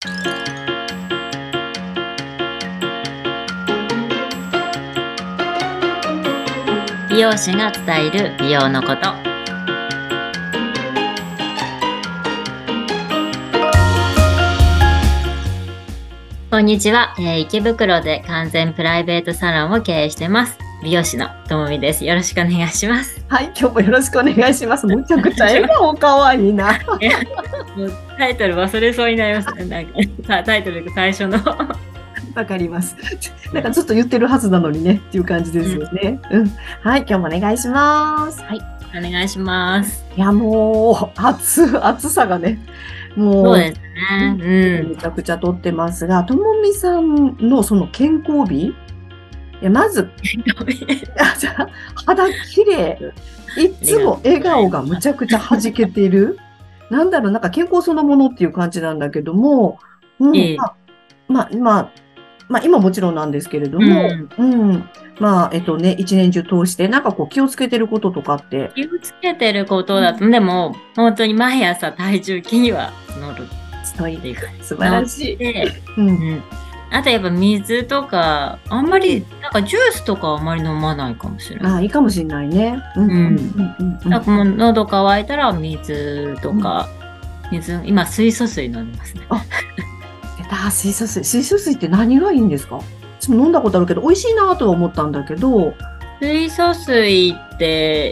美容師が伝える美容のこと。こんにちは、池袋で完全プライベートサロンを経営してます。美容師のともみです。よろしくお願いします。 はい、今日もよろしくお願いします。むちゃくちゃ笑顔かわいいな。 もうタイトル忘れそうになりますね。なんかタイトル最初の。 わかります。なんかずっと言ってるはずなのにねっていう感じですよね。はい、今日もお願いします。 はい、お願いします。 いや、もう暑さがね、もうそうですね。 めちゃくちゃとってますが、ともみさんのその健康日、いやまず肌綺麗、いつも笑顔がむちゃくちゃ弾けてる。なんだろう、なんか健康そのものっていう感じなんだけども、今もちろんなんですけれども、一年中通して、なんかこう気をつけてることとかって。 気をつけてることだと、でも、本当に毎朝体重計には乗る。 っていうか、素晴らしい。 あとやっぱ水とか、あんまり、なんかジュースとかあんまり飲まないかもしれない。 いいかもしれないね。 なんかもう喉乾いたら水とか、今水素水飲んでますね。 水素水。水素水って何がいいんですか？私も飲んだことあるけど、美味しいなとは思ったんだけど。 水素水って、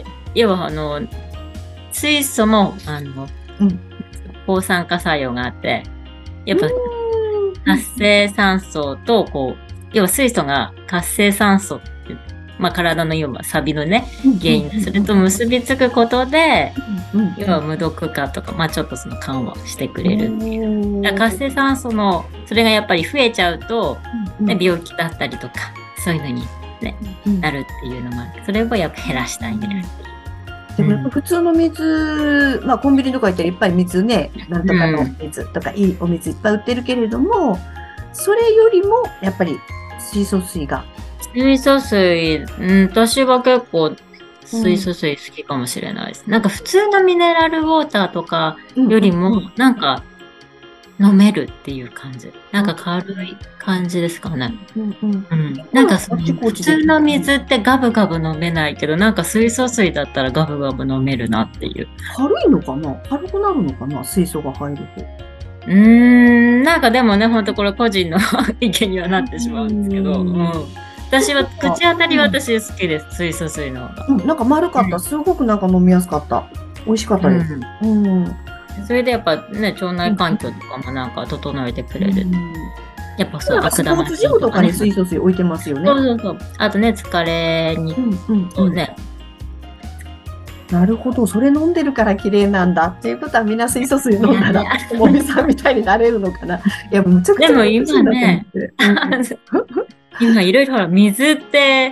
要は水素も、抗酸化作用があって、やっぱ、活性酸素と、要は水素が活性酸素っていう、体の要はサビのね、原因それと結びつくことで、要は無毒化とか、ちょっとその緩和してくれるっていう。活性酸素の、それがやっぱり増えちゃうと、病気だったりとか、そういうのに、なるっていうのもある。それをやっぱ減らしたいね。 でも普通の水、コンビニとか行ったらいっぱい水ね、なんとかの水とか、いいお水いっぱい売ってるけれども、それよりも、やっぱり水素水が。 水素水、私は結構水素水好きかもしれないです。なんか普通のミネラルウォーターとかよりも、なんか飲めるっていう感じ。なんか軽い感じですかね。なんか普通の水ってガブガブ飲めないけど、なんか水素水だったらガブガブ飲めるなっていう。 軽いのかな？軽くなるのかな？水素が入ると。 なんかでもね、ほんとこれ個人の意見にはなってしまうんですけど、私は、口当たり私好きです、水素水の方が。 なんか丸かった。すごくなんか飲みやすかった。美味しかったです。 それでやっぱね、腸内環境とかもなんか整えてくれる。やっぱそう、 悪玉菌とかに水素水置いてますよね。 そう。あとね、疲れに、ね。 なるほど。それ飲んでるから綺麗なんだっていうことはみんな水素水飲んだら、もみさんみたいになれるのかな。いや、むちゃくちゃでも今ね、今いろいろほら、水って、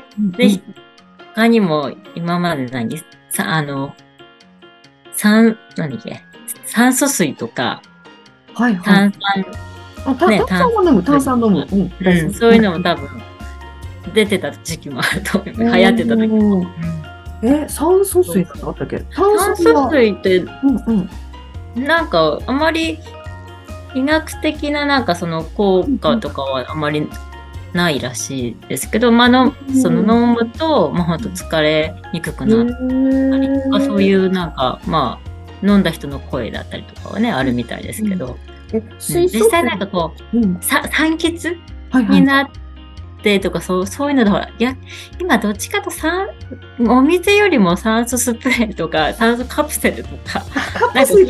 他にも今まで酸素水とか、炭酸飲む。そういうのも多分、出てた時期もあると思う。流行ってた時も。 酸素水ってあったっけ？ 炭素水って、なんか、あまり医学的ななんかその効果とかはあまりないらしいですけど、その飲むと、ほんと疲れにくくなったりとか、そういうなんか、飲んだ人の声だったりとかはね、あるみたいですけど、実際なんか酸欠になってとか、そういうので、ほら、今どっちかとお水よりも酸素スプレーとか、酸素カプセルとか、なんかそう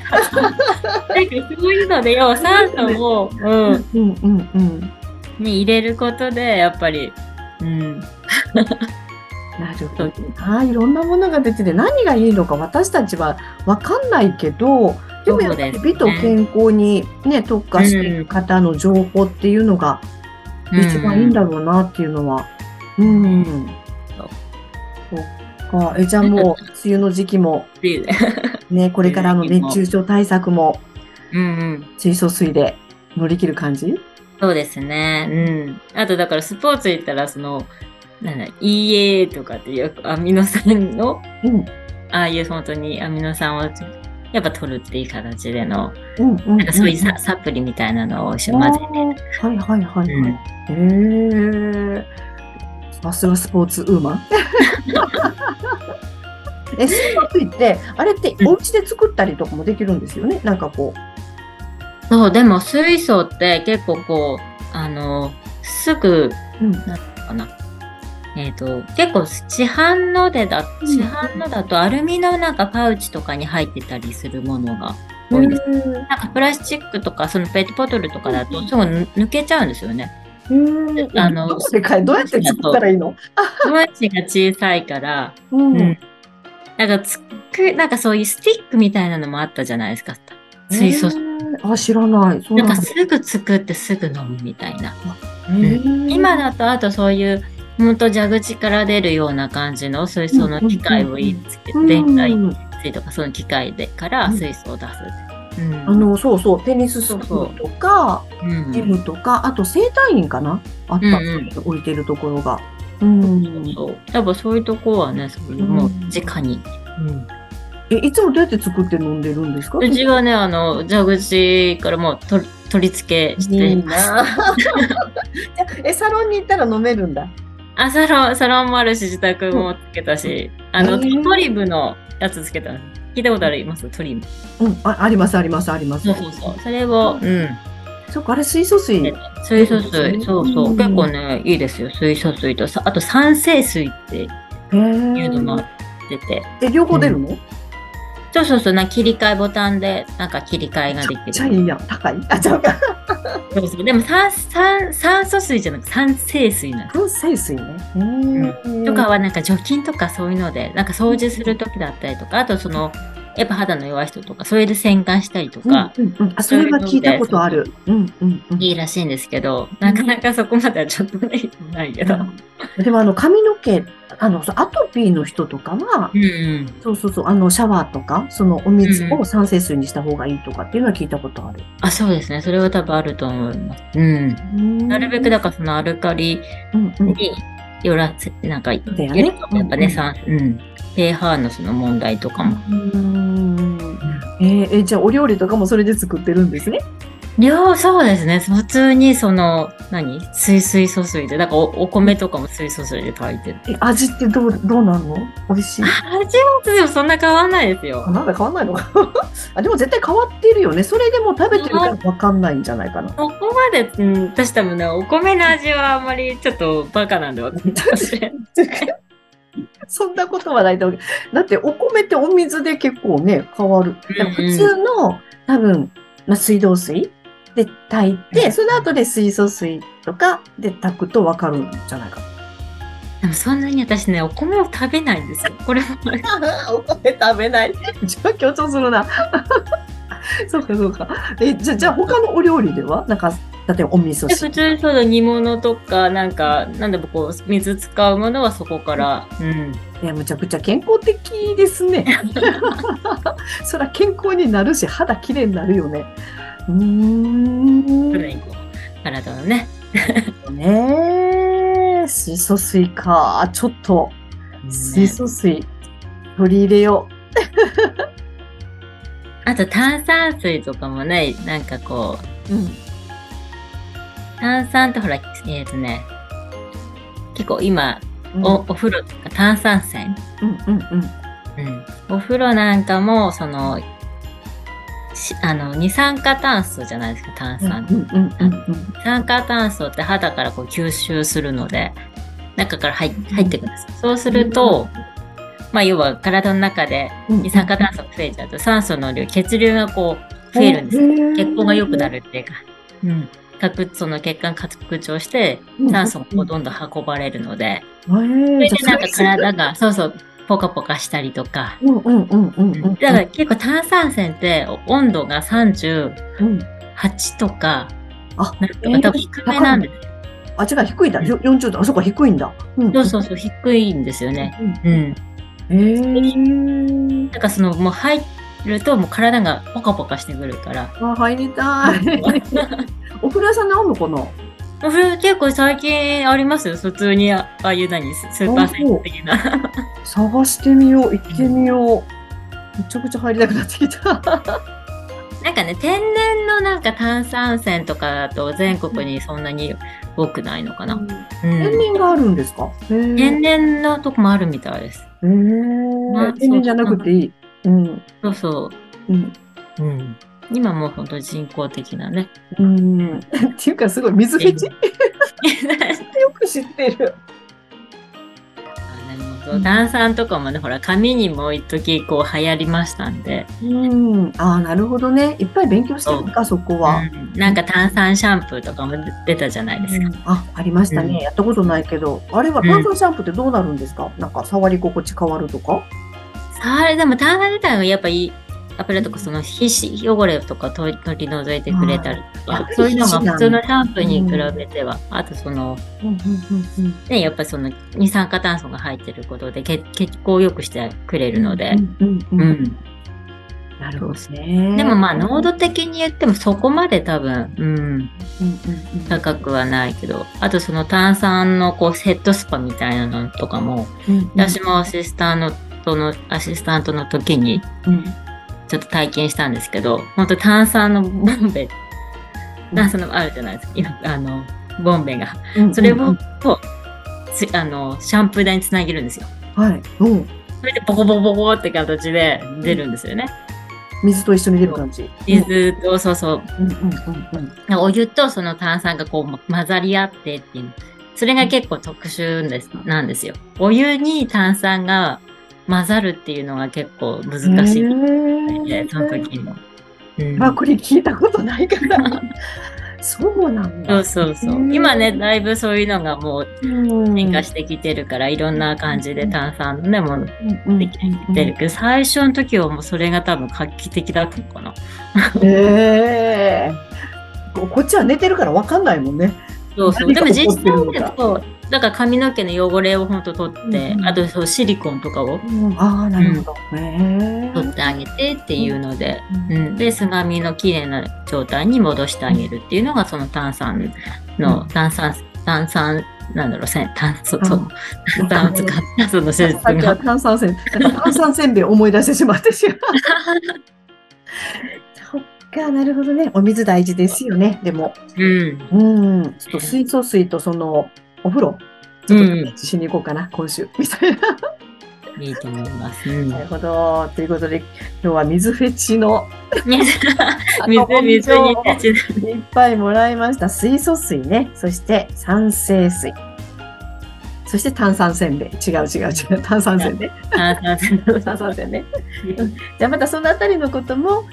いうので、要は酸素を、に入れることで、やっぱり、 なるほど。いろんなものが出てて、何がいいのか私たちは分かんないけど、でもやっぱり美と健康にね、特化している方の情報っていうのが一番いいんだろうなっていうのは。そっか。じゃあもう、梅雨の時期も、ね、これからの熱中症対策も、水素水で乗り切る感じ？ そうですね。あとだからスポーツ行ったら、EA とかっていうアミノ酸の、ああいう本当にアミノ酸を、ややっぱ取るっていう形での、 うんなんかそういうサプリみたいなのを一緒に混ぜて。 はいはいはいはい。へえ。さすがスポーツウーマン。水素水って、あれってお家で作ったりとかもできるんですよね。なんかこう。 そう、でも水素って結構こう、すぐ、なんていうのかな。結構市販のだとアルミのなんかパウチとかに入ってたりするものが多いんです。なんかプラスチックとかそのペットボトルとかだとすぐ抜けちゃうんですよね。 どうやって作ったらいいの？ 分子が小さいから、なんかそういうスティックみたいなのもあったじゃないですか。水素水。 知らない。 なんかすぐ作ってすぐ飲むみたいな。今だとあとそういう本当蛇口から出るような感じの水素の機械をつけて、電解水とかその機械から水素を出す。 そうそう、テニススクールとか、ジムとか、あと整体院かなあった、置いてるところが。 やっぱそういうところはね、もう直に。 いつもどうやって作って飲んでるんですか？ うちはね、蛇口からもう取り付けして。 いいなサロンに行ったら飲めるんだ。 サロンもあるし、自宅もつけたし、トリムのやつつけたの。聞いたことあります？トリム。 ありますありますあります。 そう。それを、 そっか、あれ水素水。 水素水、そう。結構ね、いいですよ。水素水と、あと酸性水っていうのも出て。 両方出るの？ そう、切り替えボタンで、なんか切り替えができる。 めっちゃいいやん。高い？ちゃうか。 そう。でも酸素水じゃなくて酸性水なんです。 酸性水ね。 とかはなんか除菌とかそういうので、なんか掃除するときだったりとか、あとやっぱ肌の弱い人とか、それで洗顔したりとか。 それは聞いたことある。 いいらしいんですけど、なかなかそこまではちょっとないけど。 でも髪の毛、アトピーの人とかは、シャワーとか、そのお水を酸性水にした方がいいとかっていうのは聞いたことある。 そうですね。それは多分あると思います。なるべくだからそのアルカリによらせ、なんか、やっぱね、pH のその問題とかも。 じゃあお料理とかもそれで作ってるんですね。 そうですね。普通に水素水で、だからお米とかも水素水で炊いてる。 味ってどうなんの？美味しい？ 味はでもそんな変わんないですよ。 なんだ変わんないのかでも絶対変わってるよね。それでも食べてるから分かんないんじゃないかな。 ここまで、私多分ね、お米の味はあんまりちょっとバカなんで分かんない。 そんなことはないと思う。だってお米ってお水で結構ね、変わる。普通の多分、水道水で炊いて、その後で水素水とかで炊くと分かるんじゃないかな。 でもそんなに私ね、お米を食べないんですよ。これも。 お米食べない。じゃあ強調するな。そうか。じゃあ他のお料理ではなんか、例えばお味噌汁。 普通に煮物とか、なんでもこう、水使うものはそこから。 むちゃくちゃ健康的ですね。そりゃ健康になるし、肌きれいになるよね。 体のね。 水素水か。ちょっと、水素水取り入れよう。 あと炭酸水とかもね、なんかこう、炭酸ってほら、結構今、お風呂とか炭酸泉。お風呂なんかも、二酸化炭素じゃないですか、炭酸。二酸化炭素って肌からこう吸収するので、中から入ってくるんです。そうすると、要は体の中で二酸化炭素が増えちゃうと、酸素の量、血流がこう増えるんです。血行が良くなるっていうか。その血管拡張して酸素がどんどん運ばれるので、それでなんか体がポカポカしたりとか。だから結構炭酸泉って温度が38とか、なんか多分低めなんですよ。 違う、低いんだ。40度。そうか、低いんだ。 そう、低いんですよね。なんかもう入るともう体がポカポカしてくるから。 入りたい。お風呂屋さんにあるのかな？ お風呂結構最近ありますよ。普通にスーパー銭湯的な。 探してみよう。行ってみよう。 めちゃくちゃ入りたくなってきた。 なんかね、天然のなんか炭酸泉とかだと全国にそんなに多くないのかな。 天然があるんですか？ 天然のとこもあるみたいです。 天然じゃなくていい。 そうそう。今もう本当人工的なね。 っていうかすごい水フェチよく知ってる。 炭酸とかもね、ほら、紙にも一時こう流行りましたんで。 なるほどね。いっぱい勉強してるか、そこは。 なんか炭酸シャンプーとかも出たじゃないですか。 ありましたね。やったことないけど。あれは炭酸シャンプーってどうなるんですか？なんか触り心地変わるとか？ でも炭酸自体はやっぱり油とかその皮脂汚れとか取り除いてくれたりとか、そういうのが普通のシャンプーに比べては、あとその、ね、やっぱりその二酸化炭素が入ってることで血行を良くしてくれるので、 なるほどね。 でもまあ濃度的に言ってもそこまで多分、高くはないけど、あとその炭酸のこうヘッドスパみたいなのとかも、私もアシスタントの時に、ちょっと体験したんですけど、本当炭酸のボンベ、炭酸のあるじゃないですか、今、ボンベが。それを、シャンプー台につなげるんですよ。それでボコボコボコって形で出るんですよね。 水と一緒に出る感じ。 水と、そうそう。お湯とその炭酸がこう混ざり合ってっていう。それが結構特殊なんですよ。お湯に炭酸が混ざるっていうのが結構難しいで、その時も。 これ聞いたことないから。そうなんだ。 そう。今ね、だいぶそういうのがもう進化してきてるから、いろんな感じで炭酸のね、ものできてるけど、最初の時はもうそれが多分画期的だったのかな。 こっちは寝てるから分かんないもんね。 そう。でも実際ね、だから髪の毛の汚れを本当取って、あとそうシリコンとかを、 なるほど。 取ってあげてっていうので、で、素髪の綺麗な状態に戻してあげるっていうのが、その炭酸なんだろう、炭酸を使ったその施術が。 炭酸せんべいを思い出してしまってしまう。そっか、なるほどね。お水大事ですよね、でも。ちょっと水素水とその、お風呂、ちょっとしに行こうかな、今週、みたいな。 いいと思います。 なるほど。ということで、今日は水フェチの水にいっぱいもらいました。水素水ね。そして酸性水。そして炭酸せんべい。違う。炭酸せんべい。炭酸せんね。じゃあまたそのあたりのことも、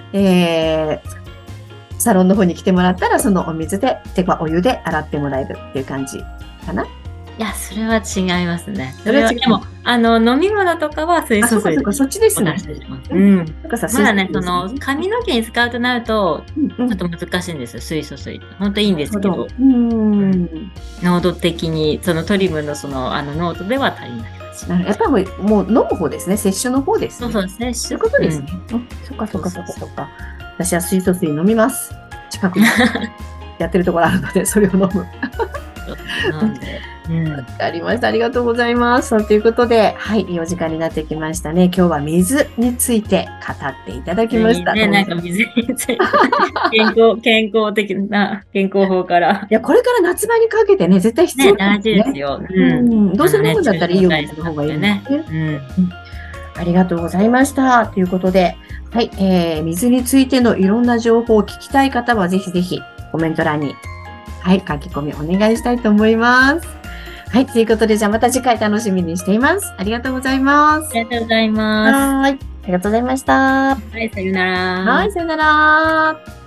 サロンの方に来てもらったら、そのお水で、お湯で洗ってもらえるっていう感じかな。 いや、それは違いますね。それはでも、飲み物とかは水素水で。 そっちですね。 まだね、その、髪の毛に使うとなると、ちょっと難しいんですよ、水素水って。本当いいんですけど、濃度的に、そのトリムのその、濃度では足りない感じ。 やっぱりもう飲む方ですね。摂取の方ですね。 そう、摂取。 そういうことですね。そっか。私は水素水飲みます。近くにやってるところあるので、それを飲む。 なんで。 わかりました。ありがとうございます。ということで、はい、いいお時間になってきましたね。今日は水について語っていただきました。 なんか水について健康的な健康法から。 いや、これから夏場にかけてね、絶対必要大事ですよ。 どうせ飲むんだったらいいお水の方がいいね。ありがとうございました。ということで、はい、水についてのいろんな情報を聞きたい方はぜひぜひコメント欄に、はい、書き込みお願いしたいと思います。はい、ということで、じゃあまた次回楽しみにしています。ありがとうございます。 ありがとうございます。 はい、ありがとうございました。 はい、さよなら。 はい、さよなら。